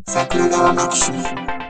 桜川マキシム。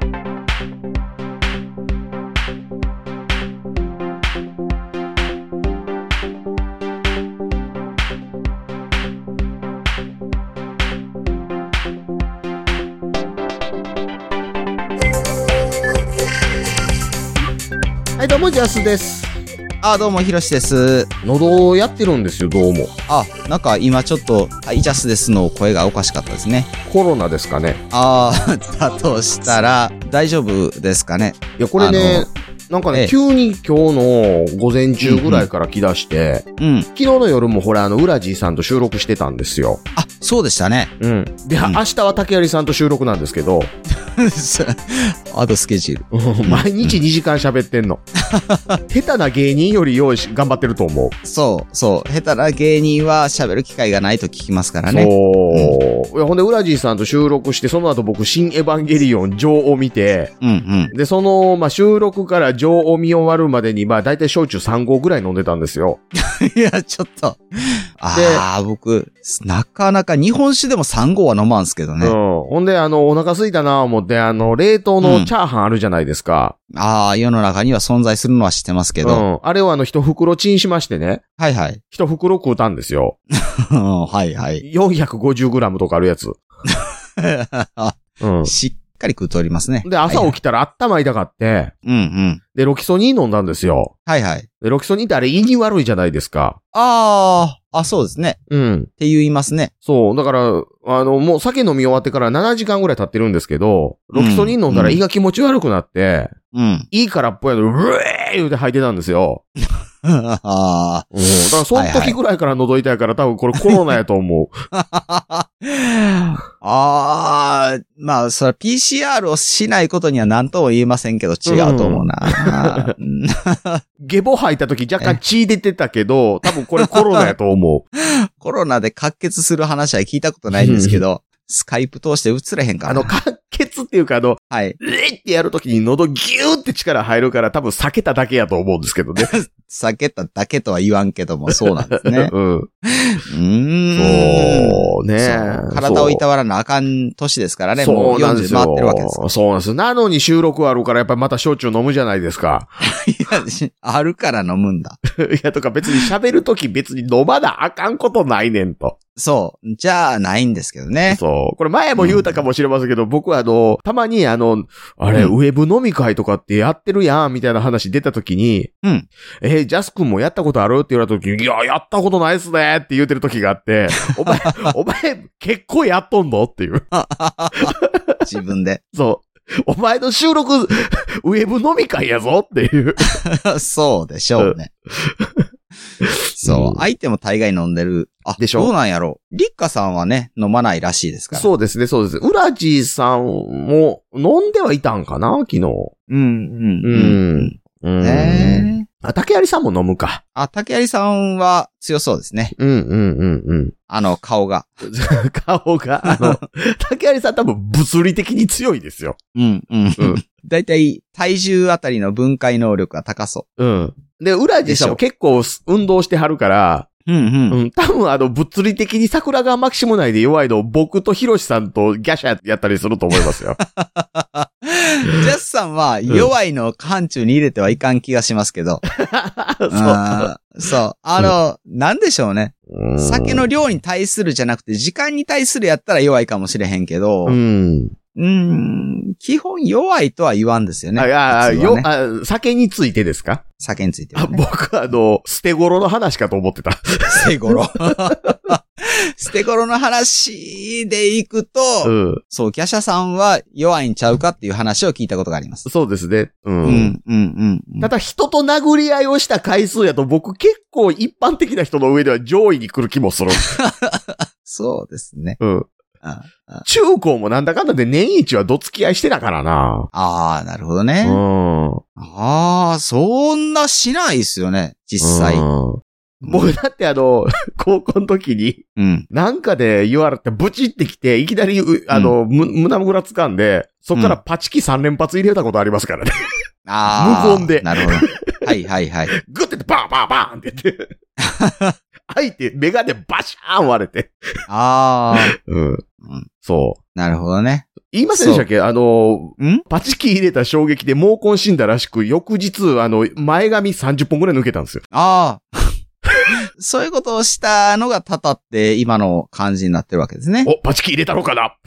はい、どうもジャスです。 どうもひろしです。 喉をやってるんですよ、どうも。 なんか今ちょっとイジャスですの声がおかしかったですね。 コロナですかね。 だとしたら大丈夫ですかね。 いや、これね、なんかね、急に今日の午前中ぐらいから来だして、昨日の夜もほら、ウラジーさんと収録してたんですよ。 そうでしたね。 で、明日は竹槍さんと収録なんですけど、 アドスケジュール。 毎日2時間喋ってんの。下手な芸人より頑張ってると思う。 そう。下手な芸人は喋る機会がないと聞きますからね。 いや、ほんで、ウラジーさんと収録して、その後僕、新エヴァンゲリオン、情を見て、で、その、収録から情を見終わるまでに、だいたい焼酎3合ぐらい飲んでたんですよ。 いや、ちょっと。僕、なかなか日本酒でも3合は飲まんすけどね。 ほんで、お腹空いたなぁ思って、冷凍のチャーハンあるじゃないですか。 世の中には存在するのは知ってますけど。 あれを一袋チンしましてね。 はいはい。 一袋食うたんですよ。 はいはい。 450g とかあるやつ。 しっかり食うとおりますね。 で、朝起きたら頭痛かって。で、ロキソニン飲んだんですよ。 はいはい。 で、ロキソニンってあれ胃に悪いじゃないですか。 そうですね。って言いますね。 そう。だから、もう酒飲み終わってから7時間ぐらい経ってるんですけど、ロキソニン飲んだら胃が気持ち悪くなって、胃空っぽやの、うえー言うて吐いてたんですよ。だからその時ぐらいから喉痛いから多分これコロナやと思う。 それ PCR をしないことには何とも言えませんけど違うと思うな。 ゲボ吐いた時若干血出てたけど、多分これコロナやと思う。 コロナで滑血する話は聞いたことないんですけど、スカイプ通して映れへんから。 滑血っていうかってやるときに喉ギューって力入るから多分避けただけやと思うんですけどね。 避けただけとは言わんけども、そうなんですね。 そうね。 体をいたわらなあかん年ですからね。もう40回ってるわけです。 そうなんです。なのに収録あるからやっぱりまた焼酎飲むじゃないですか。 いや、あるから飲むんだ。 いや、とか別に喋るとき別に飲まなあかんことないねんと。 そう。じゃあ、ないんですけどね。 そう。これ前も言うたかもしれませんけど、僕はたまにウェブ飲み会とかってやってるやん、みたいな話出たときに、ジャス君もやったことあるって言われたときに、いや、やったことないっすねって言ってるときがあって、お前、結構やっとんのっていう。 自分で。 そう。お前の収録、ウェブ飲み会やぞっていう。 そうでしょうね。そう。相手も大概飲んでる。 でしょ？ どうなんやろう。リッカさんはね、飲まないらしいですから。 そうですね、そうです。ウラジーさんも飲んではいたんかな昨日。竹槍さんも飲むか。 竹槍さんは強そうですね。顔が。 顔が。竹槍さん多分物理的に強いですよ。 だいたい体重あたりの分解能力が高そう。 で、ウラジーさんも結構運動してはるから、多分物理的に桜川マキシム内で弱いの僕とヒロシさんとギャシャやったりすると思いますよ。 ジャスさんは弱いのを範疇に入れてはいかん気がしますけど。そう。なんでしょうね。酒の量に対するじゃなくて時間に対するやったら弱いかもしれへんけど。基本弱いとは言わんですよね。 酒についてですか？ 酒については、ね。 僕捨て頃の話かと思ってた。 捨て頃。捨て頃の話でいくと、そう、ギャシャさんは弱いんちゃうかっていう話を聞いたことがあります。 そうですね。ただ人と殴り合いをした回数やと僕結構一般的な人の上では上位に来る気もする。 そうですね。 中高もなんだかんだで年一はどつき合いしてたからな。 なるほどね。そんなしないですよね、実際。 僕だって高校の時に、なんかで言われてブチってきて、いきなり、胸ぐら掴んで、そっからパチキ3連発入れたことありますからね。無言で。 なるほど。はいはいはい。 グッてバーンバーンバーンって言って。 開いて、メガネバシャーン割れて。 ああ。 うん。そう。 なるほどね。 言いませんでしたっけパチキン入れた衝撃で毛根死んだらしく、翌日、前髪30本くらい抜けたんですよ。 ああ。そういうことをしたのがたたって今の感じになってるわけですね。 お、パチキン入れたのかな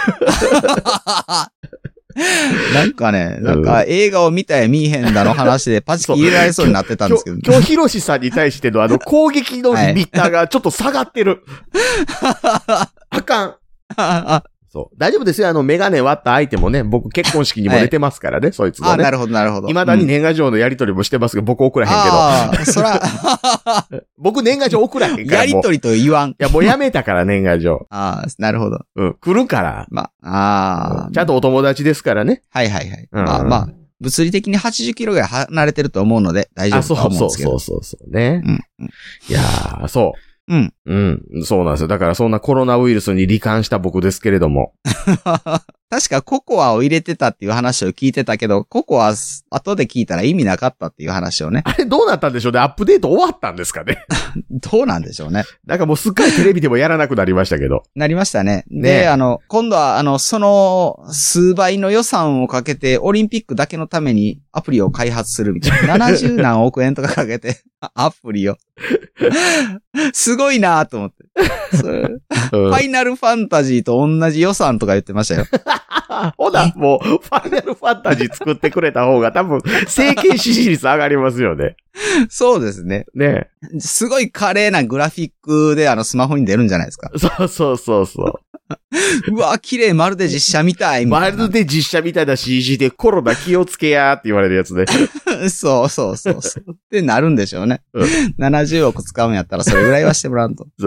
なんかね、映画を見たや見えへんだの話でパチキン入れられそうになってたんですけど、ね。 今日ヒロシさんに対しての攻撃のリミッターがちょっと下がってる。あかん。そう。大丈夫ですよ。メガネ割った相手もね、僕結婚式にも出てますからね、そいつがね。 なるほど、なるほど。 未だに年賀状のやり取りもしてますけど、僕送らへんけど。 そら。 僕年賀状送らへんから。 やり取りと言わん。 いや、もうやめたから年賀状。 なるほど。 うん、来るから。ちゃんとお友達ですからね。 はいはいはい。物理的に80キロぐらい離れてると思うので、大丈夫だと思うんですけど。 そうね。いやー、そう。そうなんですよ。だからそんなコロナウイルスに罹患した僕ですけれども。 確かココアを入れてたっていう話を聞いてたけど、ココア後で聞いたら意味なかったっていう話をね。 あれどうなったんでしょうね。アップデート終わったんですかね。 どうなんでしょうね。 なんかもうすっかりテレビでもやらなくなりましたけど。 なりましたね。で、今度はその数倍の予算をかけてオリンピックだけのためにアプリを開発するみたいな。70何億円とかかけて、アプリを。すごいなぁと思って。ファイナルファンタジーと同じ予算とか言ってましたよ。 ほな、もう、ファイナルファンタジー作ってくれた方が多分、政権支持率上がりますよね。 そうですね。 ね。 すごい華麗なグラフィックでスマホに出るんじゃないですか。 そう。 うわ、綺麗、まるで実写みたい。 まるで実写みたいな CG でコロナ気をつけやーって言われるやつね。 そう。ってなるんでしょうね。70億使うんやったらそれぐらいはしてもらうと。 そう。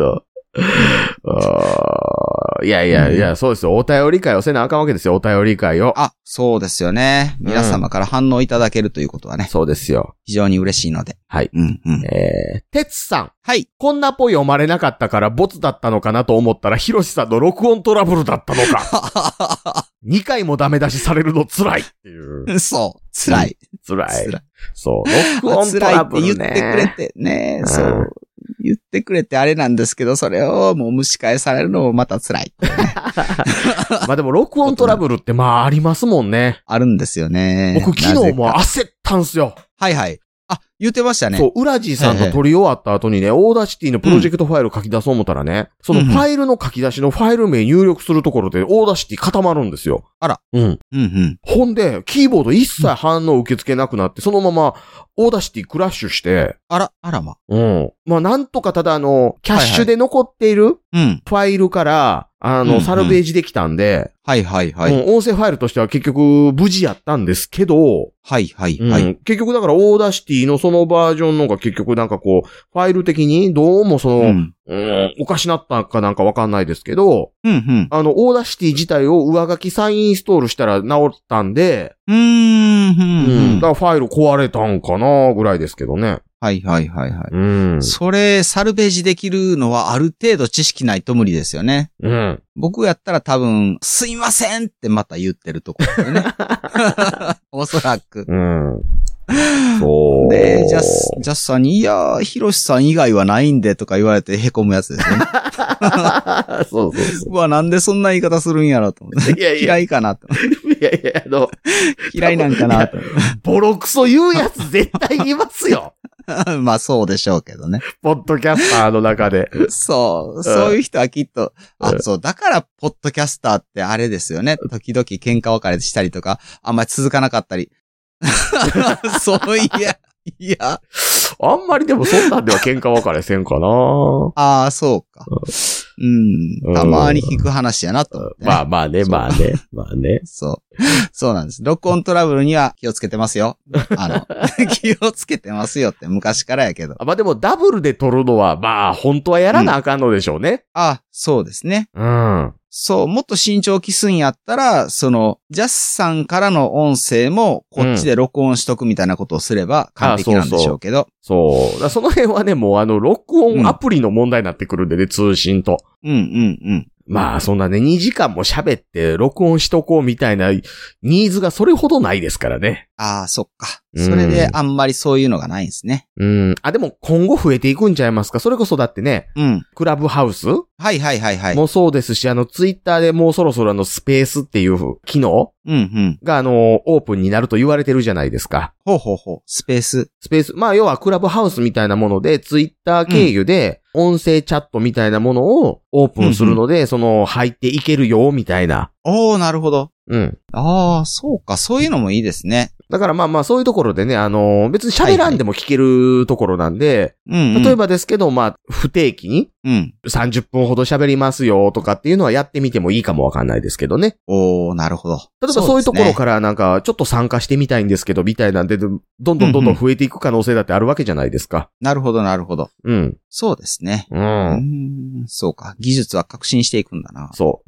いや、そうですよ。お便り会をせなあかんわけですよ。お便り会を。 そうですよね。皆様から反応いただけるということはね。 そうですよ。 非常に嬉しいので。 はい。てつさん。 はい。 こんなポ読まれなかったからボツだったのかなと思ったら、ひろしさんの録音トラブルだったのか。2回もダメ出しされるの辛いっていう。 そう。辛い。 そう。録音トラブルね。 辛いって言ってくれてね。そう。言ってくれてあれなんですけど、それをもう蒸し返されるのもまた辛い、ね。 まあでも録音トラブルってありますもんね。 あるんですよね。 僕昨日も焦ったんすよ。 はいはい。言ってましたね。 そう、ウラジーさんと撮り終わった後にね、オーダーシティのプロジェクトファイル書き出そう思ったらね、そのファイルの書き出しのファイル名入力するところでオーダーシティ固まるんですよ。 あら。 ほんで、キーボード一切反応受け付けなくなって、そのままオーダーシティクラッシュして。 あらま。 なんとかただキャッシュで残っているファイルから、サルベージできたんで、 はい。 音声ファイルとしては結局無事やったんですけど、 はい。 結局だからオーダーシティのそのバージョンのが結局なんかこう、ファイル的にどうもおかしなったかなんかわかんないですけど、オーダーシティ自体を上書き再インストールしたら直ったんで、だからファイル壊れたんかなぐらいですけどね。 はい。それ、サルベージできるのはある程度知識ないと無理ですよね。僕やったら多分、すいませんってまた言ってるところだよね。おそらく。 そう。 で、ジャスさんに、いやー、ヒロシさん以外はないんでとか言われて凹むやつですよね。 そう。 うわ、なんでそんな言い方するんやろと思って。嫌いかなと思って。嫌いなんかなと思って。 ボロクソ言うやつ絶対いますよ。 まあそうでしょうけどね。 ポッドキャスターの中で。 そういう人はきっと、そう、だからポッドキャスターってあれですよね。時々喧嘩別れしたりとか、あんまり続かなかったり。そういや。 あんまりでもそんなんでは喧嘩別れせんかな。 そうか。たまに聞く話やなと思って、ね。 まあね。 そうなんです。録音トラブルには気をつけてますよ。気をつけてますよって昔からやけど。 でもダブルで撮るのは、本当はやらなあかんのでしょうね。 そうですね。そう、もっと慎重を期すんやったら、ジャスさんからの音声もこっちで録音しとくみたいなことをすれば完璧なんでしょうけど。 そう。その辺はね、もう録音アプリの問題になってくるんでね、通信と。 まあそんなね、2時間も喋って録音しとこうみたいなニーズがそれほどないですからね。 ああ、そっか。それであんまりそういうのがないんですね。 あ、でも今後増えていくんちゃいますか？それこそだってね、クラブハウス？ はいはいはいはい。 もそうですし、ツイッターでもうそろそろスペースっていう機能がオープンになると言われてるじゃないですか。 ほうほうほう。スペース。 まあ要はクラブハウスみたいなもので、ツイッター経由で音声チャットみたいなものをオープンするので、入っていけるよ、みたいな。 おー、なるほど。 ああ、そうか。そういうのもいいですね。 だからまあまあそういうところでね、別に喋らんでも聞けるところなんで、例えばですけど、まあ不定期に、30分ほど喋りますよとかっていうのはやってみてもいいかもわかんないですけどね。 おー、なるほど。 例えばそういうところからなんかちょっと参加してみたいんですけど、みたいなんで、どんどん増えていく可能性だってあるわけじゃないですか。 なるほど、なるほど。そうですね。そうか。技術は革新していくんだな。 そう。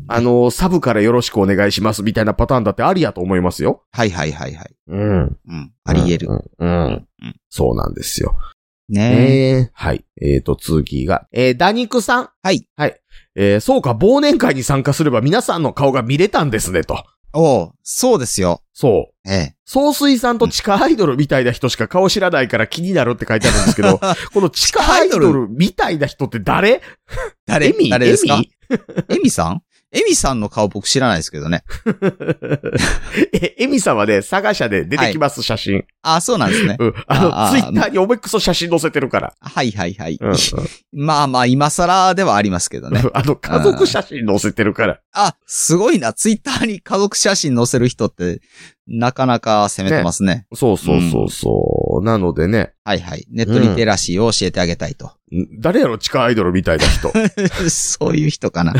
サブからよろしくお願いしますみたいなパターンだってありやと思いますよ。 はいはいはいはい。あり得る。 そうなんですよ。 ねえ。 はい。次が、ダニクさん。 はい。 はい。そうか、忘年会に参加すれば皆さんの顔が見れたんですね、と。 そうですよ。 そう。総帥さんと地下アイドルみたいな人しか顔知らないから気になるって書いてあるんですけど、この地下アイドルみたいな人って誰誰ですか？エミさん？エミさんの顔僕知らないですけどね。 エミさんはね、佐賀社で出てきます、写真。 あ、そうなんですね。 ツイッターにおめくそ写真載せてるから。 はいはいはい。まあまあ、今更ではありますけどね。 家族写真載せてるから。 すごいな。ツイッターに家族写真載せる人って、なかなか攻めてますね。 そう。なのでね。 はいはい。ネットリテラシーを教えてあげたいと。 誰やろ、地下アイドルみたいな人。 そういう人かな。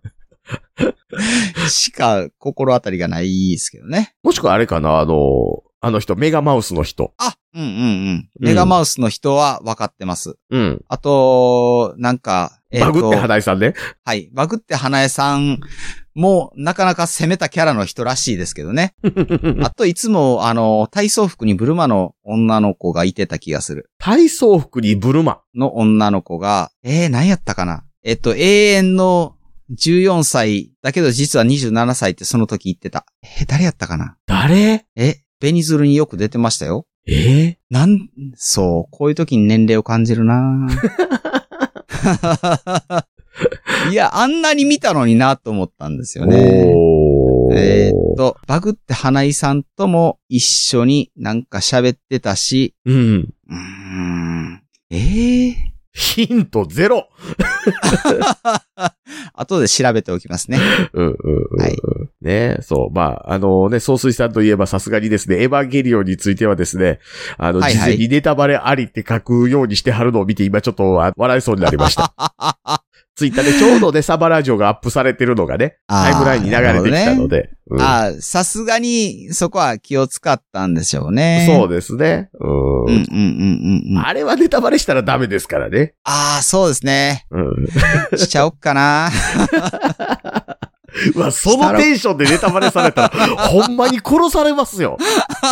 しか心当たりがないですけどね。 もしくはあれかな、あの人、メガマウスの人。 メガマウスの人は分かってます。あと、なんか、 バグって花江さんね。 はい。バグって花江さんもなかなか攻めたキャラの人らしいですけどね。あといつも、体操服にブルマの女の子がいてた気がする。 体操服にブルマの女の子が、何やったかな。永遠の14歳、だけど実は27歳ってその時言ってた。誰やったかな？ 誰？ ベニズルによく出てましたよ。そう、こういう時に年齢を感じるないや、あんなに見たのになと思ったんですよね。バグって花井さんとも一緒になんか喋ってたし、 ヒントゼロ後で調べておきますね。はい。 ね、そう。まあ、総帥さんといえばさすがにですね、エヴァンゲリオンについてはですね、事前にネタバレありって書くようにしてはるのを見て今ちょっと笑いそうになりました。ツイッターでちょうどね、サバラジオがアップされてるのがね、タイムラインに流れてきたので。 さすがにそこは気を使ったんでしょうね。 そうですね。あれはネタバレしたらダメですからね。 そうですね。しちゃおっかな。 そのテンションでネタバレされたら、ほんまに殺されますよ。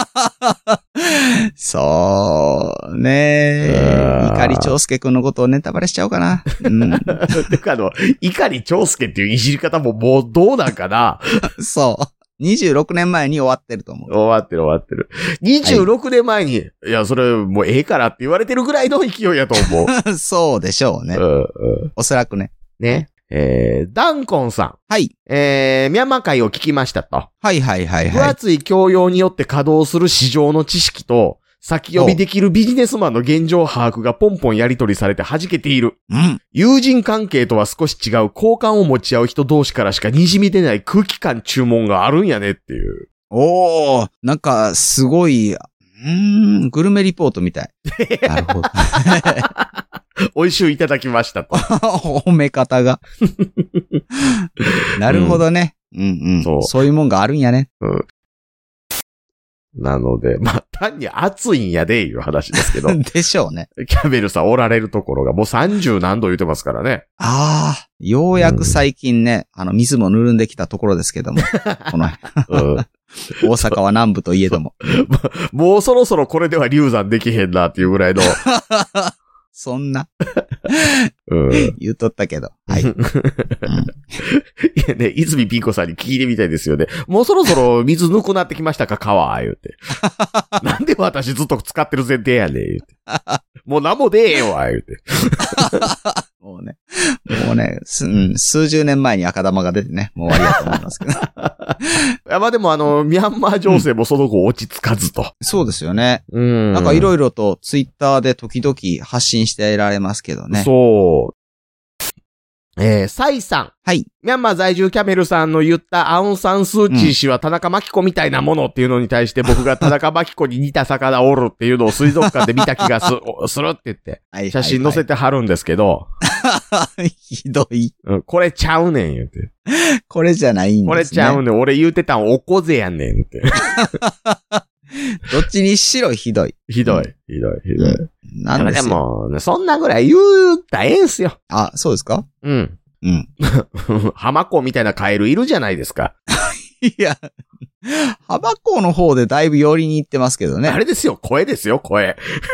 そうね。碇長介くんのことをネタバレしちゃおうかな。 てか碇長介っていういじり方ももうどうなんかな。 そう。26年前に終わってると思う。 終わってる。26年前に、いや、それもうええからって言われてるぐらいの勢いやと思う。そうでしょうね。おそらくね。 ね。ダンコンさん。 はい。 ミャンマー会を聞きましたと。 はいはいはいはい。 分厚い教養によって稼働する市場の知識と、先読みできるビジネスマンの現状把握がポンポンやり取りされて弾けている。友人関係とは少し違う交換を持ち合う人同士からしか滲み出ない空気感注文があるんやねっていう。 なんかすごい、グルメリポートみたい。なるほど。 美味しゅういただきましたと。 褒め方が。なるほどね。そういうもんがあるんやね。 なので、単に暑いんやで、いう話ですけど。 でしょうね。 キャベルさんおられるところがもう30何度言ってますからね。 ようやく最近ね、水もぬるんできたところですけども。この大阪は南部といえども。 もうそろそろこれでは流産できへんなっていうぐらいの。 そんな。 うん、 言うとったけど。はい。 いやね、泉ピン子さんに聞いてみたいですよね。もうそろそろ水抜くなってきましたか、川、言うて。なんで私ずっと使ってる前提やねん、言うて。もう何も出えよ、言うて。 もうね、数十年前に赤玉が出てね、もう終わりだと思いますけど。 いやまあでもミャンマー情勢もその後落ち着かずと。 そうですよね。 うん。 なんかいろいろとツイッターで時々発信してられますけどね。 そう。サイさん。 はい。 ミャンマー在住キャメルさんの言ったアウンサンスーチー氏は田中真紀子みたいなものっていうのに対して僕が田中真紀子に似た魚おるっていうのを水族館で見た気がするって言って、写真載せてはるんですけど。 ひどい。 これちゃうねん言って。 これじゃないんですね。 これちゃうねん。俺言うてたんおこぜやねんって。 どっちにしろひどい。 ひどい。 なんですよ。 でも、そんなぐらい言うたらええんすよ。 あ、そうですか？うん。 浜子みたいなカエルいるじゃないですか。 いや、浜子の方でだいぶ寄りに行ってますけどね。 あれですよ、声ですよ、声。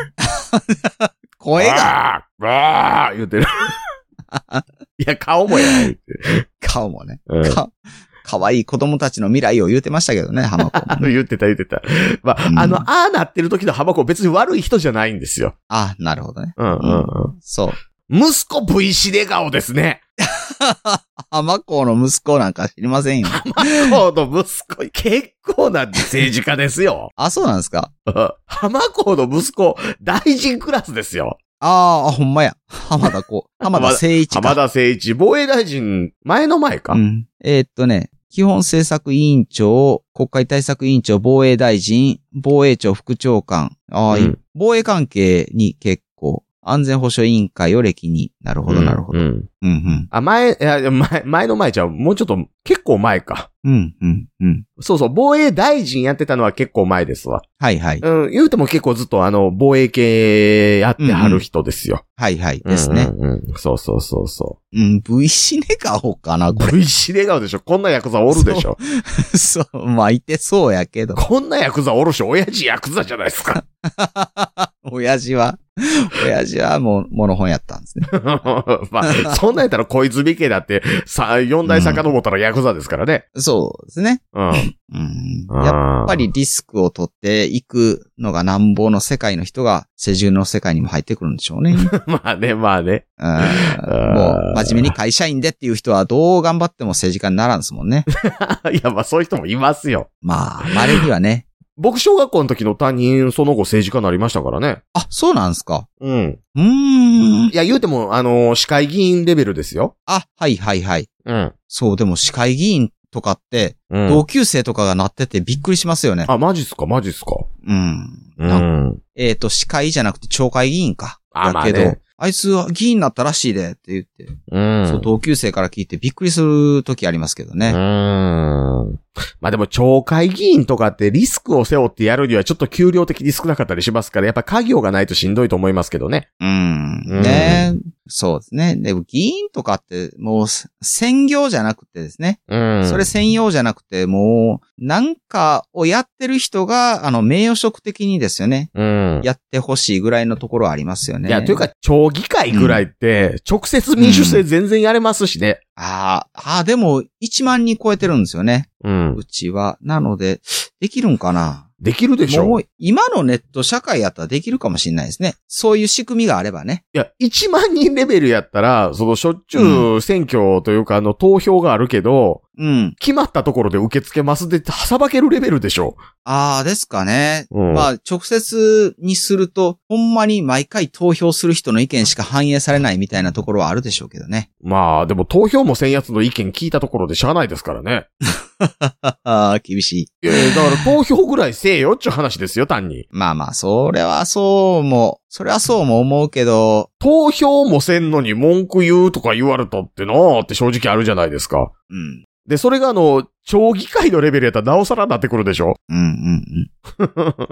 声が。 わー言うてる。いや、顔もやない。 顔もね。かわいい子供たちの未来を言うてましたけどね、浜子。 言ってた。まあ、ああなってる時の浜子別に悪い人じゃないんですよ。 あ、なるほどね。そう。 息子 V シネ顔ですね。 浜子の息子なんか知りませんよ。 浜子の息子、結構な政治家ですよ。 あ、そうなんですか？ 浜子の息子、大臣クラスですよ。 ああ、ほんまや。浜田誠一か。 浜田誠一、防衛大臣、前の前か。 基本政策委員長、国会対策委員長、防衛大臣、防衛庁副長官。防衛関係に結構、安全保障委員会を歴に。なるほど。前の前じゃもうちょっと結構前か。 そうそう、防衛大臣やってたのは結構前ですわ。 はい。 言うても結構ずっと防衛系やってはる人ですよ。 はい。ですね。 そう。 V シネ顔かな、これ。 V シネ顔でしょ。こんなヤクザおるでしょ。 そう。まあ、いてそうやけど。 こんなヤクザおるし、親父ヤクザじゃないですか。 親父はもう、モノ本やったんですね。 まあ、そんなんやったら小泉家だって、4代遡ったらヤクザですからね。 そうですね。やっぱりリスクを取っていくのがなんぼの世界の人が世襲の世界にも入ってくるんでしょうね。 まあね。もう、 真面目に会社員でっていう人はどう頑張っても政治家にならんですもんね。 いや、まあそういう人もいますよ。 まあ、稀にはね。 僕、小学校の時の担任、その後政治家になりましたからね。 あ、そうなんですか。 いや、言うても、市会議員レベルですよ。 あ、はい。そう、でも市会議員とかって、同級生とかがなっててびっくりしますよね。 あ、マジっすか。 市会じゃなくて町会議員か。 だけど、 あいつは議員になったらしいでって言って。そう、同級生から聞いてびっくりする時ありますけどね。 まあでも、町会議員とかってリスクを背負ってやるにはちょっと給料的に少なかったりしますから、やっぱ家業がないとしんどいと思いますけどね。 ね。そうですね。でも議員とかってもう専業じゃなくてですね。それ専用じゃなくてもうなんかをやってる人が名誉職的にですよね。やってほしいぐらいのところはありますよね。 いや、というか町議会ぐらいって直接民主制全然やれますしね。 でも1万人超えてるんですよね。うちは。なので、できるんかな？ できるでしょ。 もう今のネット社会やったらできるかもしれないですね。そういう仕組みがあればね。 いや、1万人レベルやったら、しょっちゅう選挙というか投票があるけど、決まったところで受け付けますで、さばけるレベルでしょ。 ですかね。まあ、直接にすると、ほんまに毎回投票する人の意見しか反映されないみたいなところはあるでしょうけどね。まあ、でも投票もせんやつの意見聞いたところでしゃあないですからね。 厳しい。 だから投票ぐらいせえよって話ですよ、単に。 まあ、それはそうも思うけど。 投票もせんのに文句言うとか言われたってなーって正直あるじゃないですか。で、それが町議会のレベルやったらなおさらなってくるでしょ。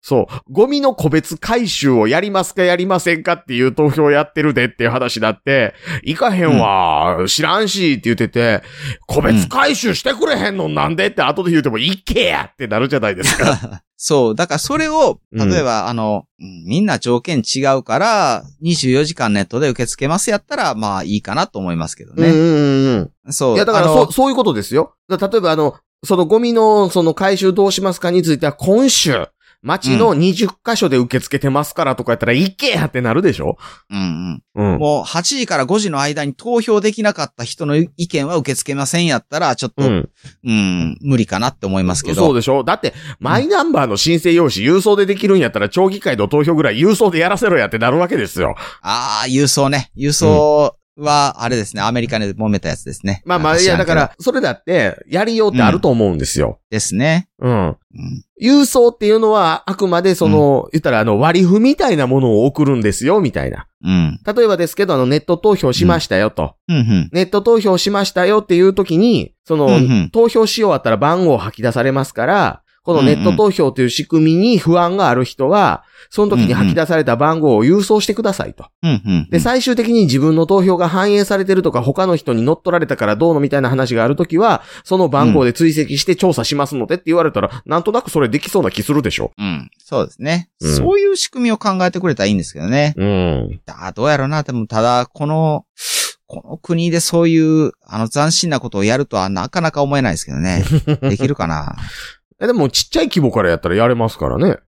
そう。ゴミの個別回収をやりますかやりませんかっていう投票やってるでっていう話だって、行かへんわ、知らんしって言ってて、個別回収してくれへんのなんでって後で言うても行けやってなるじゃないですか。 そう。だからそれを、例えば、みんな条件違うから、24時間ネットで受け付けますやったら、まあいいかなと思いますけどね。そう。 いや、だからそういうことですよ。例えばそのゴミのその回収どうしますかについては今週、街の20カ所で受け付けてますからとかやったら行けやってなるでしょ？もう8時から5時の間に投票できなかった人の意見は受け付けませんやったら、ちょっと、無理かなって思いますけど。そうでしょ？だって、マイナンバーの申請用紙郵送でできるんやったら、町議会の投票ぐらい郵送でやらせろやってなるわけですよ。 ああ、郵送ね。郵送、は、あれですね、アメリカで揉めたやつですね。 まあ、いや、だから、それだって、やりようってあると思うんですよ。 ですね。 郵送っていうのは、あくまで言ったら、割り符みたいなものを送るんですよ、みたいな。例えばですけど、ネット投票しましたよ、と。ネット投票しましたよっていう時に、投票し終わったら番号を吐き出されますから、このネット投票という仕組みに不安がある人は、その時に吐き出された番号を郵送してくださいと。で、最終的に自分の投票が反映されてるとか、他の人に乗っ取られたからどうのみたいな話がある時は、その番号で追跡して調査しますのでって言われたら、なんとなくそれできそうな気するでしょ。 そうですね。そういう仕組みを考えてくれたらいいんですけどね。どうやろうな。でも、ただ、この国でそういう、斬新なことをやるとはなかなか思えないですけどね。できるかな。 でもちっちゃい規模からやったらやれますからね。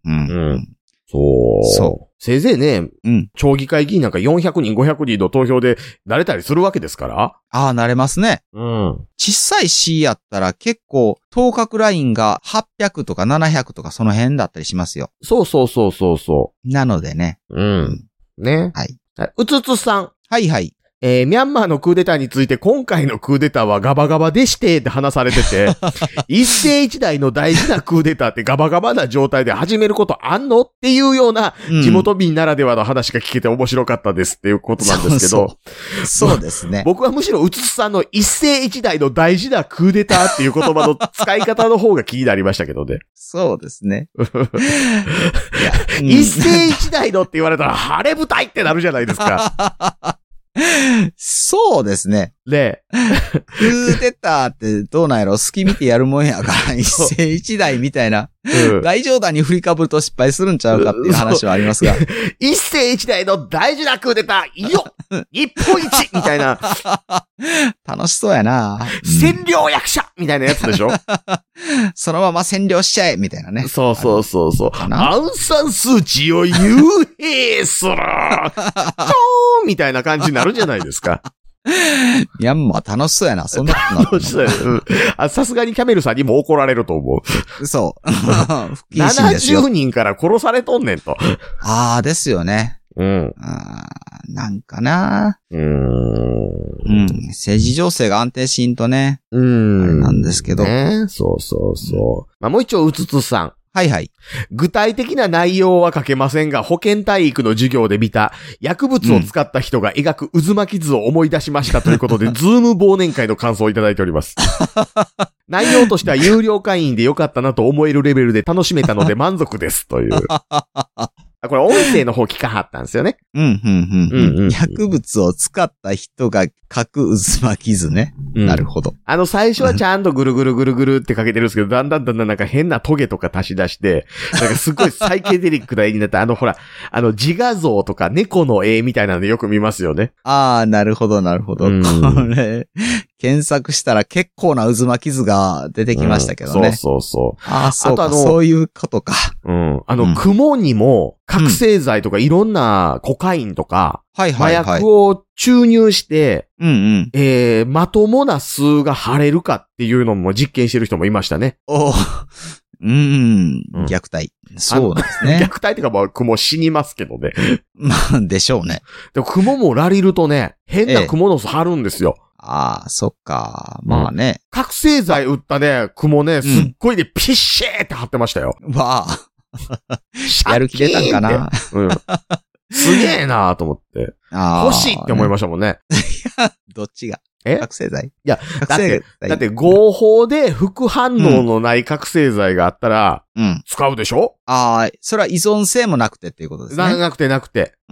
そう。せいぜいね、町議会議員なんか400人、500人の投票でなれたりするわけですから。 ああ、なれますね。小さい市やったら結構、当確ラインが800とか700とかその辺だったりしますよ。 そう。 なのでね。 ね。はい。うつつさん。 はいはい。 ミャンマーのクーデターについて今回のクーデターはガバガバでしてって話されてて、一世一代の大事なクーデターってガバガバな状態で始めることあんのっていうような地元民ならではの話が聞けて面白かったですっていうことなんですけど。 そうですね。 僕はむしろうつつさんの一世一代の大事なクーデターっていう言葉の使い方の方が気になりましたけどね。 そうですね。 一世一代のって言われたら晴れ舞台ってなるじゃないですか。 そうですね。 で、 クーデターってどうなんやろ、隙見てやるもんやから、一世一代みたいな、大冗談に振りかぶると失敗するんちゃうかっていう話はありますが。 一世一代の大事なクーデター、よ日本一みたいな。 楽しそうやな。 占領役者みたいなやつでしょそのまま占領しちゃえみたいなね。 そう。アウンサンスーチーを幽閉するみたいな感じになるじゃないですか。 いや、まあ楽しそうやな。そんなことな楽しそうやな。さすがにキャメルさんにも怒られると思う。そう。 70人から殺されとんねんと。 ああ、ですよね。なんかな。政治情勢が安定しんとね。あれなんですけど。 そう。まあ、もう一丁うつつさん。 はいはい。 具体的な内容は書けませんが、保健体育の授業で見た薬物を使った人が描く渦巻き図を思い出しましたということで、ズーム忘年会の感想をいただいております。内容としては有料会員でよかったなと思えるレベルで楽しめたので満足ですという。これ音声の方聞かはったんですよね。 薬物を使った人が書く渦巻き図ね。なるほど。 最初はちゃんとぐるぐるぐるぐるって書けてるんですけど、だんだんなんか変なトゲとか足し出して、なんかすごいサイケデリックな絵になった、ほら、自画像とか猫の絵みたいなのでよく見ますよね。 ああ、なるほど。これ、検索したら結構な渦巻き図が出てきましたけどね。 そう。 ああ、そうか、そういうことか。 雲にも覚醒剤とかいろんなコカインとか、麻薬を注入して、まともな数が晴れるかっていうのも実験してる人もいましたね。 虐待。そうですね。 虐待っていうか、まあ、雲死にますけどね。 まあ、でしょうね。 でも雲もラリるとね、変な雲の巣張るんですよ。 ああ、そっか。まあね。 覚醒剤打ったね、雲ね、すっごいでピッシーって張ってましたよ。 わあ。やる気出たんかな。 すげえなーと思って。欲しいって思いましたもんね。 どっちが覚醒剤？ いや、だって合法で副反応のない覚醒剤があったら、 うん。 使うでしょ？ ああ、それは依存性もなくてっていうことですね。 なくて。 うん、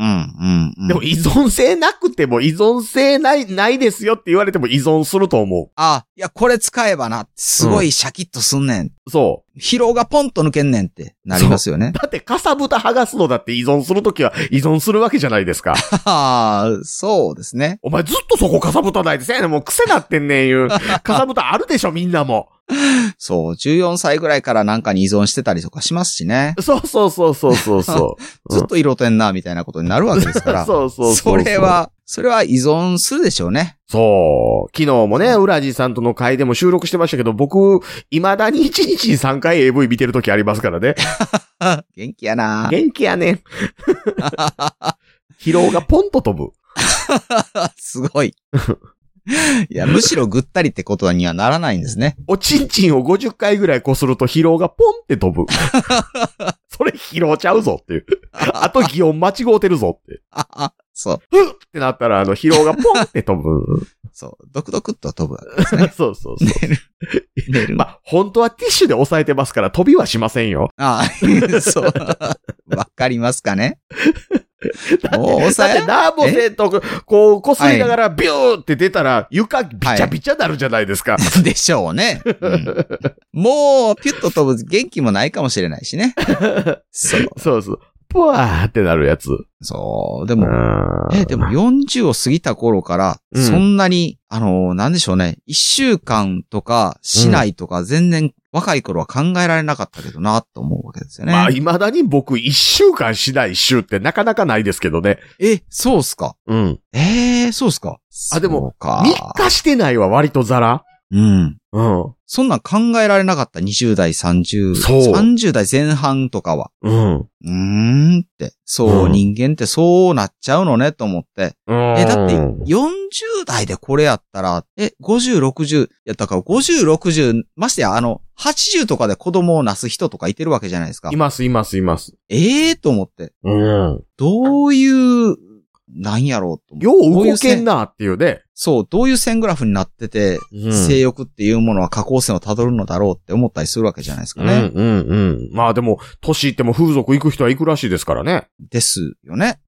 うん。 でも依存性なくても依存性ないですよって言われても依存すると思う。 ああ、いや、これ使えばな、すごいシャキッとすんねん。 そう。 疲労がポンと抜けんねんってなりますよね。 だってかさぶた剥がすのだって依存するときは依存するわけじゃないですか。 ああ、そうですね。 お前ずっとそこかさぶたないでせやねん。もう癖なってんねんいう。かさぶたあるでしょみんなも。 そう、14歳ぐらいからなんかに依存してたりとかしますしね。 そう。 ずっと色てんな、みたいなことになるわけですから。 そう。 それは依存するでしょうね。 そう。昨日もね、ウラジさんとの会でも収録してましたけど、僕、未だに1日に3回 AV 見てるときありますからね。 元気やな。 元気やねん。疲労がポンと飛ぶ。 すごい。いや、むしろぐったりってことにはならないんですね。 おちんちんを50回ぐらいこすると疲労がポンって飛ぶ。それ疲労ちゃうぞっていう。あと擬音間違うてるぞって。 そう。 ふっってなったら疲労がポンって飛ぶ。 そう。ドクドクっと飛ぶわけですね。 そう。 寝る。 まあ、本当はティッシュで押さえてますから飛びはしませんよ。 ああ、そう。わかりますかね？ だってナーボセとこうこすりながらビューって出たら床ビチャビチャなるじゃないですか。 でしょうね。もうピュッと飛ぶ元気もないかもしれないしね。 そう。ぷわーってなるやつ。 そう。でも40を過ぎた頃から、そんなに、なんでしょうね。1週間とかしないとか全然若い頃は考えられなかったけどな、と思うわけですよね。 まあ、未だに僕1週間しない週ってなかなかないですけどね。 そうっすか。 うん。 そうっすか。 でも、3日してないは割とザラ。 うん。そんなん考えられなかった。20代、30代前半とかは。って。そう、人間ってそうなっちゃうのね、と思って。だって、40代でこれやったら、50、60やったから、50、60、ましてや、80とかで子供をなす人とかいてるわけじゃないですか。 います。 と思って。どういう、なんやろうとよう動けんなっていうね。 そう、どういう線グラフになってて、性欲っていうものは下降線をたどるのだろうって思ったりするわけじゃないですかね。 まあでも、年いっても風俗行く人は行くらしいですからね。 ですよね。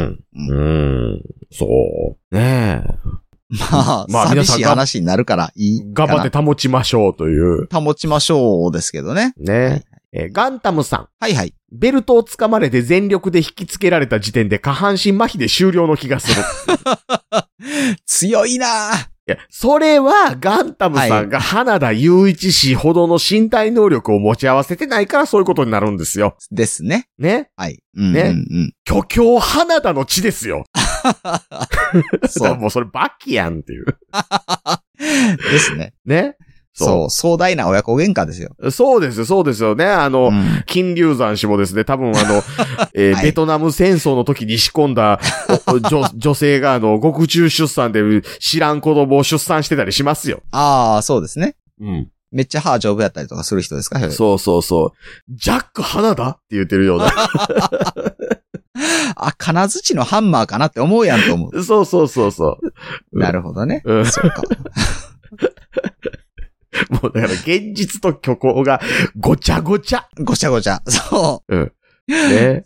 そう。ねえ。 まあ寂しい話になるからいいかな。 頑張って保ちましょうという。 保ちましょうですけどね。 ね。ガンタムさん。 はい。 ベルトを掴まれて全力で引きつけられた時点で下半身麻痺で終了の気がする。 強いなぁ。 いや、それはガンタムさんが花田雄一氏ほどの身体能力を持ち合わせてないからそういうことになるんですよ。 ですね。 ね。 はい。 巨匠花田の血ですよ。 そう。 もうそれバキやんっていう。 ですね。 ね。 そう、壮大な親子喧嘩ですよ。 そうですよね。金龍山氏もですね、多分ベトナム戦争の時に仕込んだ女性が獄中出産で知らん子供を出産してたりしますよ。 ああ、そうですね。めっちゃ歯丈夫やったりとかする人ですか？ そう。ジャック花田って言ってるような。 金槌のハンマーかなって思うやんと思う。 そう。 なるほどね。そうか。 もうだから現実と虚構がごちゃごちゃ。 そう。 ね。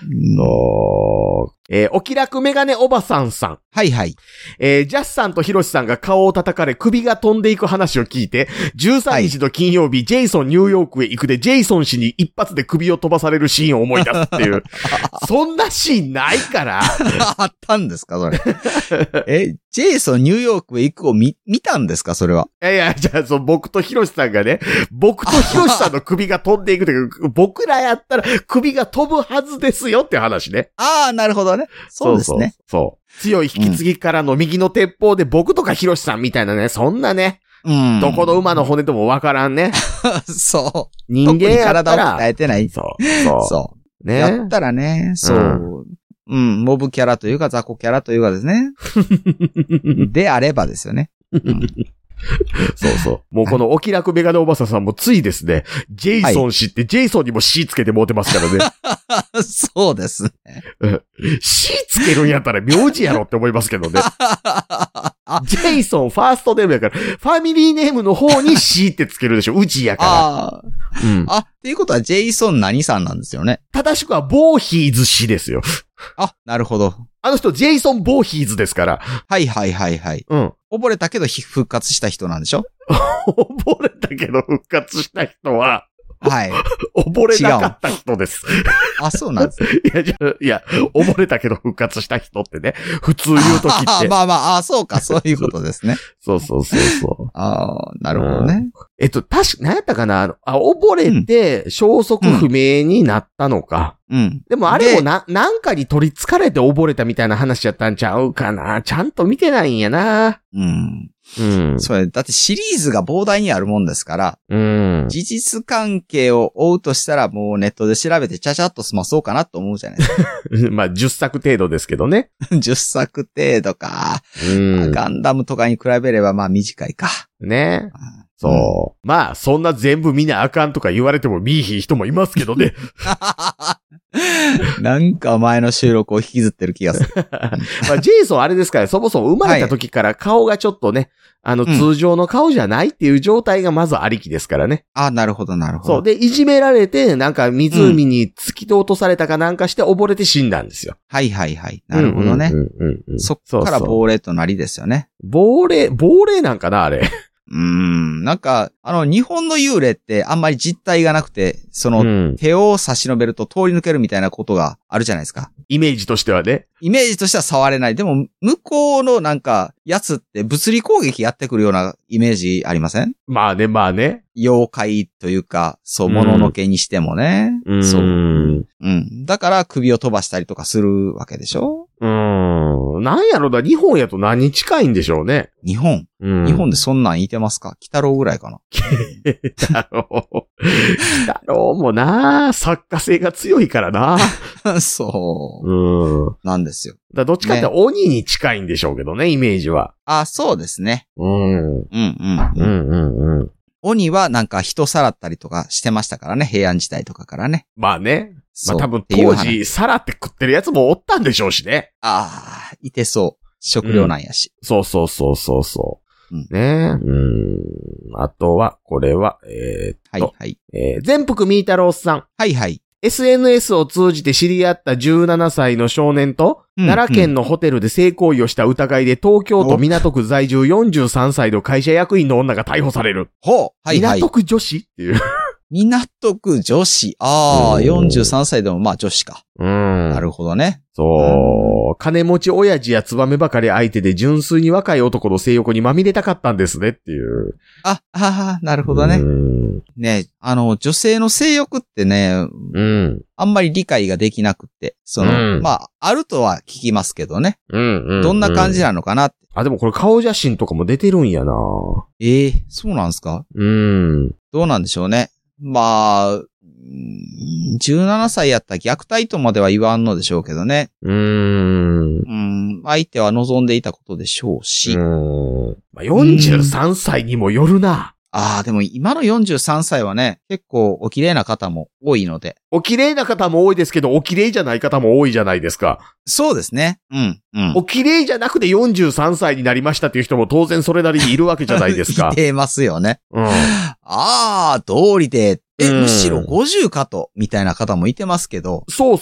お気楽メガネおばさんさん。 はい。 ジャスさんとヒロシさんが顔を叩かれ首が飛んでいく話を聞いて、13日の金曜日、ジェイソンニューヨークへ行くで、ジェイソン氏に一発で首を飛ばされるシーンを思い出すっていう。そんなシーンないから。 あったんですかそれ。ジェイソンニューヨークへ行くを見たんですかそれは。 いや、じゃあ、僕とヒロシさんがね、僕とヒロシさんの首が飛んでいくって僕らやったら首が飛ぶはずですよって話ね。 ああ、なるほどね。そうですね。 そう。強い引き継ぎからの右の鉄砲で僕とかヒロシさんみたいなね、そんなね。どこの馬の骨ともわからんね。 そう。 人間やったら。 体を鍛えてない。 そう。 ね。やったらね、そう。モブキャラというか雑魚キャラというかですね。であればですよね。 そう。もうこのお気楽メガネおばさんもついですね、ジェイソン氏ってジェイソンにも C つけて持ってますからね。そうですね。 C つけるんやったら名字やろって思いますけどね。ジェイソンファーストネームやから、ファミリーネームの方に C ってつけるでしょ。うちやかうん。 あ、っていうことはジェイソン何さんなんですよね。 正しくはボーヒーズ氏ですよ。 あ、なるほど。 あの人、ジェイソン・ボーヒーズですから。 はいはいはいはい。 うん。 溺れたけど復活した人なんでしょ？ 溺れたけど復活した人は、 はい。 溺れなかった人です。 あ、そうなんです。 いや、溺れたけど復活した人ってね、普通言うときって。 まあまあ、そうか、そういうことですね。 そうそうそうそう。 ああ、なるほどね。 何やったかな溺れて消息不明になったのか。 うん。 でもあれもなんかに取り憑かれて溺れたみたいな話やったんちゃうかな。ちゃんと見てないんやな。 うん。 うん。 それ、だってシリーズが膨大にあるもんですから、 うん。 事実関係を追うとしたらもうネットで調べてちゃちゃっと済まそうかなと思うじゃないですか。 まあ、10作程度ですけどね。 10作程度か。 うん。 ガンダムとかに比べればまあ短いか。 ね。そう。まあ、そんな全部見なあかんとか言われても見いひん人もいますけどね。 なんか前の収録を引きずってる気がする。 まあ、ジェイソンあれですから、そもそも生まれた時から顔がちょっとね、通常の顔じゃないっていう状態がまずありきですからね。 あ、なるほどなるほど。 そう。で、いじめられて、なんか湖に突き落とされたかなんかして溺れて死んだんですよ。 はいはいはい。なるほどね。そっから亡霊となりですよね。 亡霊なんかな、あれ。 なんか、日本の幽霊ってあんまり実体がなくて、手を差し伸べると通り抜けるみたいなことがあるじゃないですか。 イメージとしてはね。 イメージとしては触れない。でも、向こうのなんか、やつって物理攻撃やってくるようなイメージありません？ まあね、まあね。 妖怪というか、そう、もののけにしてもね。そう。だから首を飛ばしたりとかするわけでしょ？ なんやろな、日本やと何に近いんでしょうね。 日本でそんなんいてますか？鬼太郎ぐらいかな。 鬼太郎もな、作家性が強いからな。 そう。なんですよ。 どっちかって鬼に近いんでしょうけどね、イメージは。 あ、そうですね。鬼はなんか人さらったりとかしてましたからね、平安時代とかからね。 まあね。まあ多分当時、さらって食ってるやつもおったんでしょうしね。 ああ、いてそう。食料なんやし。 そうそう。ね。あとは、これは、全福みーたろうさん。 はいはい。 SNS を通じて知り合った17歳の少年と、奈良県のホテルで性行為をした疑いで東京都港区在住43歳の会社役員の女が逮捕される。港区女子っていう。 港区女子。ああ、43歳でもまあ女子か。なるほどね。 そう。金持ち親父やツバメばかり相手で純粋に若い男の性欲にまみれたかったんですねっていう。 なるほどね。ね、女性の性欲ってね、あんまり理解ができなくて、まあ、あるとは聞きますけどね。どんな感じなのかなって。 でもこれ顔写真とかも出てるんやな。 そうなんですか？どうなんでしょうね。まあ、17歳やったら虐待とまでは言わんのでしょうけどね。相手は望んでいたことでしょうし。 43歳にもよるな。 でも今の43歳はね、結構お綺麗な方も多いので。 お綺麗な方も多いですけど、お綺麗じゃない方も多いじゃないですか。 そうですね。 お綺麗じゃなくて43歳になりましたっていう人も当然それなりにいるわけじゃないですか。 いてますよね。道理で、むしろ50かと、みたいな方もいてますけど。 そう。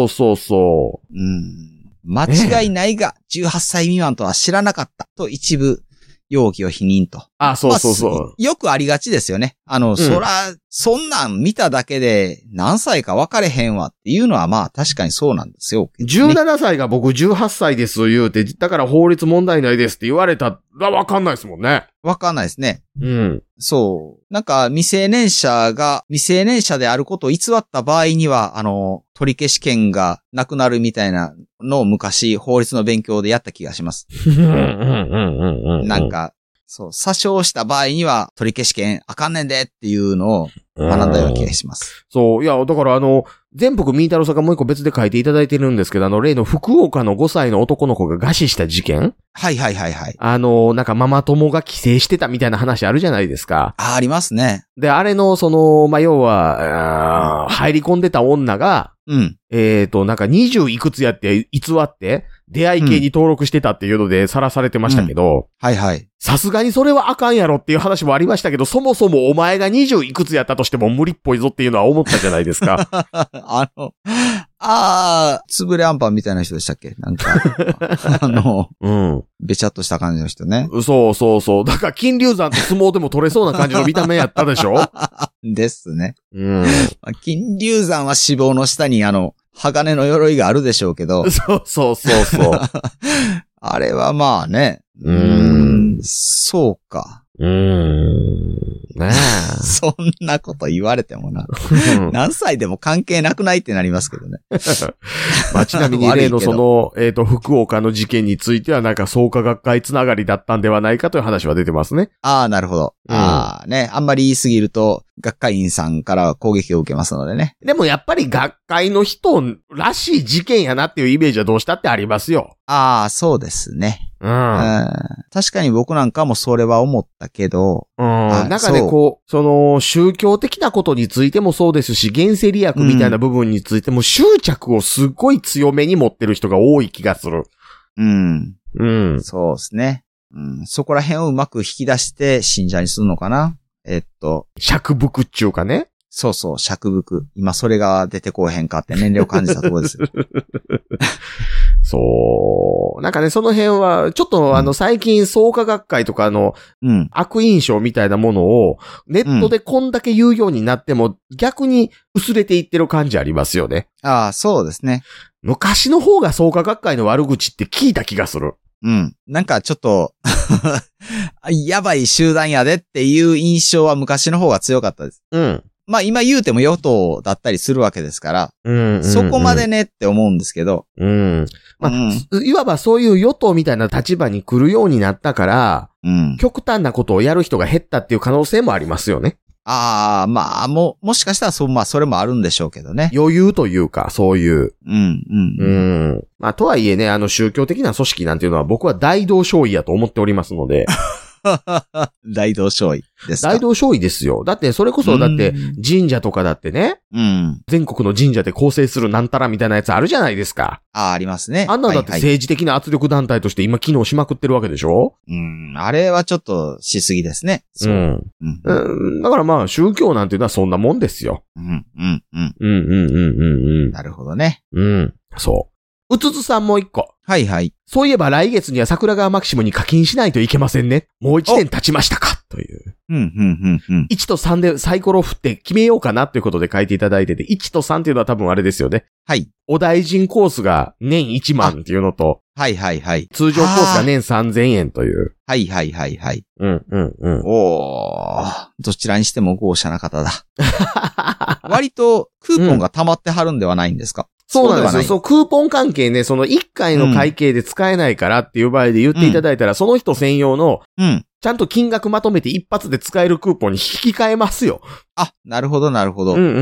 間違いないが、18歳未満とは知らなかったと一部、容疑を否認と。 そう。 よくありがちですよね。そんなん見ただけで何歳か分かれへんわっていうのはまあ確かにそうなんですよ。 17歳が僕18歳です言うて、だから法律問題ないですって言われたら分かんないですもんね。 分かんないですね。そう。なんか未成年者であることを偽った場合には、取り消し権がなくなるみたいなのを昔法律の勉強でやった気がします。なんか、そう、詐称した場合には取り消し権あかんねんでっていうのを学んだような気がします。 そう、いや、だから全福みーたろうさんがもう一個別で書いていただいてるんですけど、例の福岡の5歳の男の子が餓死した事件？ はいはいはいはい。 なんかママ友が帰省してたみたいな話あるじゃないですか。 ありますね。 で、あれの、要は、入り込んでた女が、 うん。 なんか20いくつやって偽って、出会い系に登録してたっていうのでさらされてましたけど、 はいはい。 さすがにそれはあかんやろっていう話もありましたけど、そもそもお前が20いくつやったとしても無理っぽいぞっていうのは思ったじゃないですか。 つぶれアンパンみたいな人でしたっけ？なんか、うん。べちゃっとした感じの人ね。 そうそうそう。だから金龍山と相撲でも取れそうな感じの見た目やったでしょ？ ですね。 うん。 金龍山は脂肪の下に鋼の鎧があるでしょうけど。 そうそうそうそう。 あれはまあね。そうか。 ねえ。 そんなこと言われてもな。何歳でも関係なくないってなりますけどね。 まあ、ちなみに例の福岡の事件についてはなんか創価学会つながりだったんではないかという話は出てますね。 ああ、なるほど。ね。あんまり言い過ぎると、学会員さんから攻撃を受けますのでね。 でもやっぱり学会の人らしい事件やなっていうイメージはどうしたってありますよ。 ああ、そうですね。確かに僕なんかもそれは思ったけど。 なんかね、宗教的なことについてもそうですし、現世利益みたいな部分についても執着をすごい強めに持ってる人が多い気がする。そうですね。そこら辺をうまく引き出して信者にするのかな。 釈伏っちゅうかね。 そうそう、釈伏。今それが出てこうへんかって年齢を感じたところですよ。 そう。なんかね、その辺は、ちょっと最近創価学会とか悪印象みたいなものを、ネットでこんだけ言うようになっても、逆に薄れていってる感じありますよね。 ああ、そうですね。 昔の方が創価学会の悪口って聞いた気がする。 なんかちょっと、やばい集団やでっていう印象は昔の方が強かったです。まあ今言うても与党だったりするわけですから、そこまでねって思うんですけど、いわばそういう与党みたいな立場に来るようになったから、極端なことをやる人が減ったっていう可能性もありますよね。まあもしかしたらそれもあるんでしょうけどね。 余裕というか、そういう。まあとはいえね、宗教的な組織なんていうのは僕は大同小異やと思っておりますので。 大同小異ですか？ 大同小異ですよ。だってそれこそ神社とかだってね、全国の神社で構成するなんたらみたいなやつあるじゃないですか。 ありますね。 あんなだって政治的な圧力団体として今機能しまくってるわけでしょ？ あれはちょっとしすぎですね。 だからまあ宗教なんていうのはそんなもんですよ。 なるほどね。 そう。うつつさんもう一個。 はいはい。 そういえば来月には桜川マキシムに課金しないといけませんね。もう1年経ちましたかという。1と3でサイコロ振って決めようかなということで書いていただいてて、1と3っていうのは多分あれですよね。 はい。 お大臣コースが年1万っていうのと、 はいはいはい。 通常コースが年3000円という。 はいはいはいはい。どちらにしても豪奢な方だ。割とクーポンが溜まってはるんではないんですか？ そうなんですよ。そう、クーポン関係ね、1回の会計で使えないからっていう場合で言っていただいたら、その人専用の、ちゃんと金額まとめて一発で使えるクーポンに引き換えますよ。 なるほどなるほど。で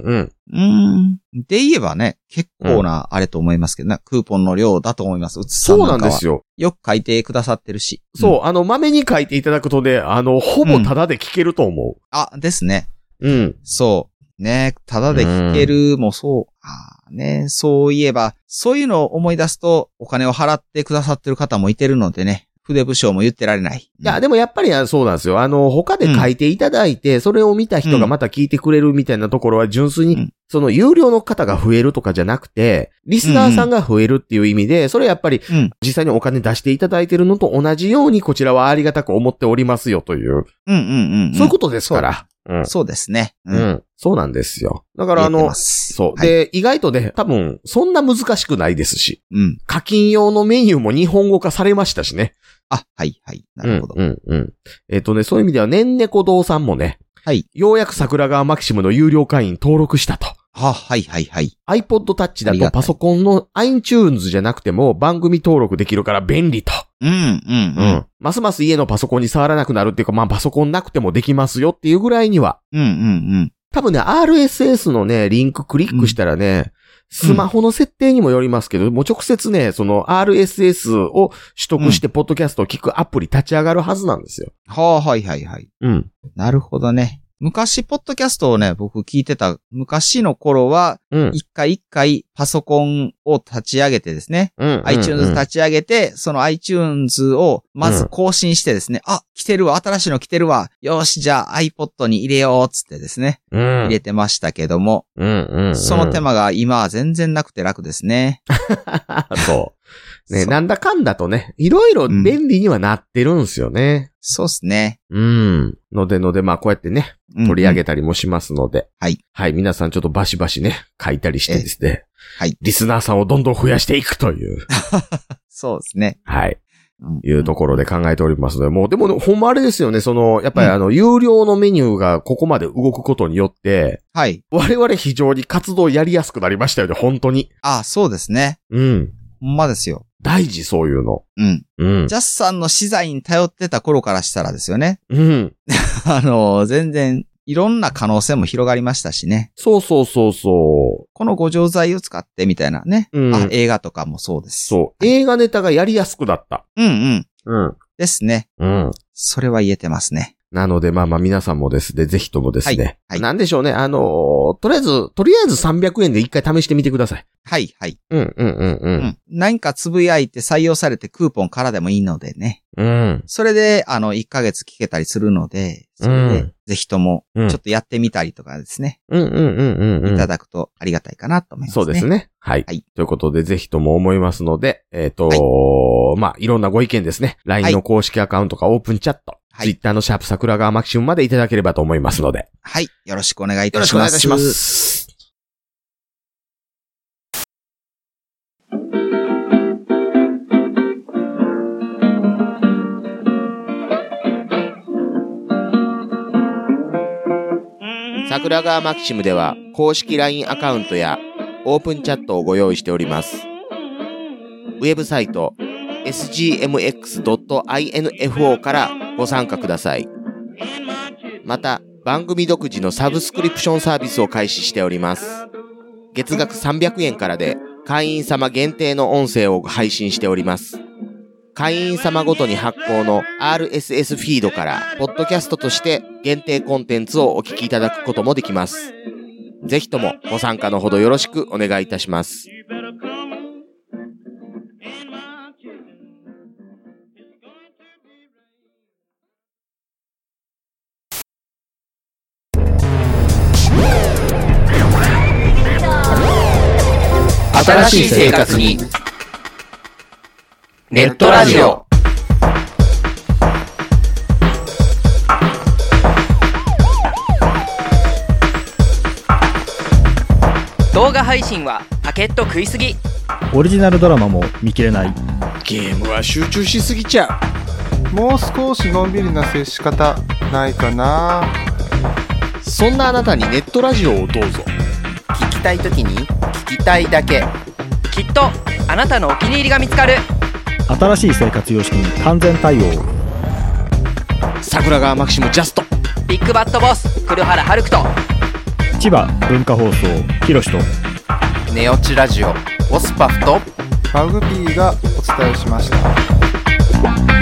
言えばね、結構なあれと思いますけどね、クーポンの量だと思います。 そうなんですよ。 よく書いてくださってるし。 そう、まめに書いていただくとで、ほぼタダで聞けると思う。ですね。そう。ね、タダで聞けるもそう。そういえば、そういうのを思い出すと、お金を払ってくださってる方もいてるのでね、筆武将も言ってられない。 いや、でもやっぱりそうなんですよ。他で書いていただいて、それを見た人がまた聞いてくれるみたいなところは純粋に、その有料の方が増えるとかじゃなくて、リスナーさんが増えるっていう意味で、それやっぱり、実際にお金出していただいてるのと同じようにこちらはありがたく思っておりますよという。そういうことですから。 そうですね。 そうなんですよ。だからそう。で、意外とね、多分、そんな難しくないですし。課金用のメニューも日本語化されましたしね。 はいはい。なるほど。 そういう意味では、ねんねこ堂さんもね。ようやく桜川マキシムの有料会員登録したと。 はいはいはい。 iPod Touch だとパソコンの iTunes じゃなくても番組登録できるから便利と。ますます家のパソコンに触らなくなるっていうか、まあパソコンなくてもできますよっていうぐらいには。 多分ね、RSS のね、リンククリックしたらね、スマホの設定にもよりますけど、もう直接ね、その RSS を取得してポッドキャストを聞くアプリ立ち上がるはずなんですよ。 はいはいはい。 うん。 なるほどね。昔、ポッドキャストをね、僕聞いてた、昔の頃は、一回パソコンを立ち上げてですね、iTunes 立ち上げて、その iTunes をまず更新してですね、来てるわ、新しいの来てるわ、よし、じゃあ iPod に入れよう、つってですね、入れてましたけども、その手間が今は全然なくて楽ですね。 そう。ね、なんだかんだとね、いろいろ便利にはなってるんですよね。 そうっすね。 ので、まあこうやってね、取り上げたりもしますので。はい。はい、皆さんちょっとバシバシね、書いたりしてですね。はい。リスナーさんをどんどん増やしていくという。 そうですね。 はい。いうところで考えておりますので、もう、でも、ほんまあれですよね、やっぱり有料のメニューがここまで動くことによって、はい。我々非常に活動やりやすくなりましたよね、本当に。 そうですね。ほんまですよ。 大事、そういうの。 ジャスさんの資材に頼ってた頃からしたらですよね。全然、いろんな可能性も広がりましたしね。そう。このご錠剤を使ってみたいなね。映画とかもそうです。そう。映画ネタがやりやすくなった。ですね。それは言えてますね。 なので、まあ皆さんもですね、ぜひともですね。はい。なんでしょうね。とりあえず300円で一回試してみてください。 はい。何かつぶやいて採用されてクーポンからでもいいのでね。それで、1ヶ月聞けたりするので、それで、ぜひとも、ちょっとやってみたりとかですね。いただくとありがたいかなと思いますね。 そうですね。はい。ということで、ぜひとも思いますので、まあ、いろんなご意見ですね。LINE の公式アカウントかオープンチャット。Twitter のシャープ桜川マキシムまでいただければと思いますので。 はい。よろしくお願いいたします。よろしくお願いいたします。 桜川マキシムでは公式 LINE アカウントやオープンチャットをご用意しております。ウェブサイト sgmx.info からご参加ください。また、番組独自のサブスクリプションサービスを開始しております。月額300円からで会員様限定の音声を配信しております。会員様ごとに発行の RSS フィードからポッドキャストとして限定コンテンツをお聞きいただくこともできます。ぜひともご参加のほどよろしくお願いいたします。新しい生活にネットラジオ。 動画配信はパケット食いすぎ。 オリジナルドラマも見切れない。 ゲームは集中しすぎちゃう。もう少しのんびりな接し方ないかな。 そんなあなたにネットラジオをどうぞ。聞きたいときに聞きたいだけ。 きっとあなたのお気に入りが見つかる。 新しい生活様式に完全対応。 桜川マキシムジャスト。 ビッグバットボス黒原遥人。 千葉文化放送ひろしとネオチラジオオスパフとマグピーがお伝えしました。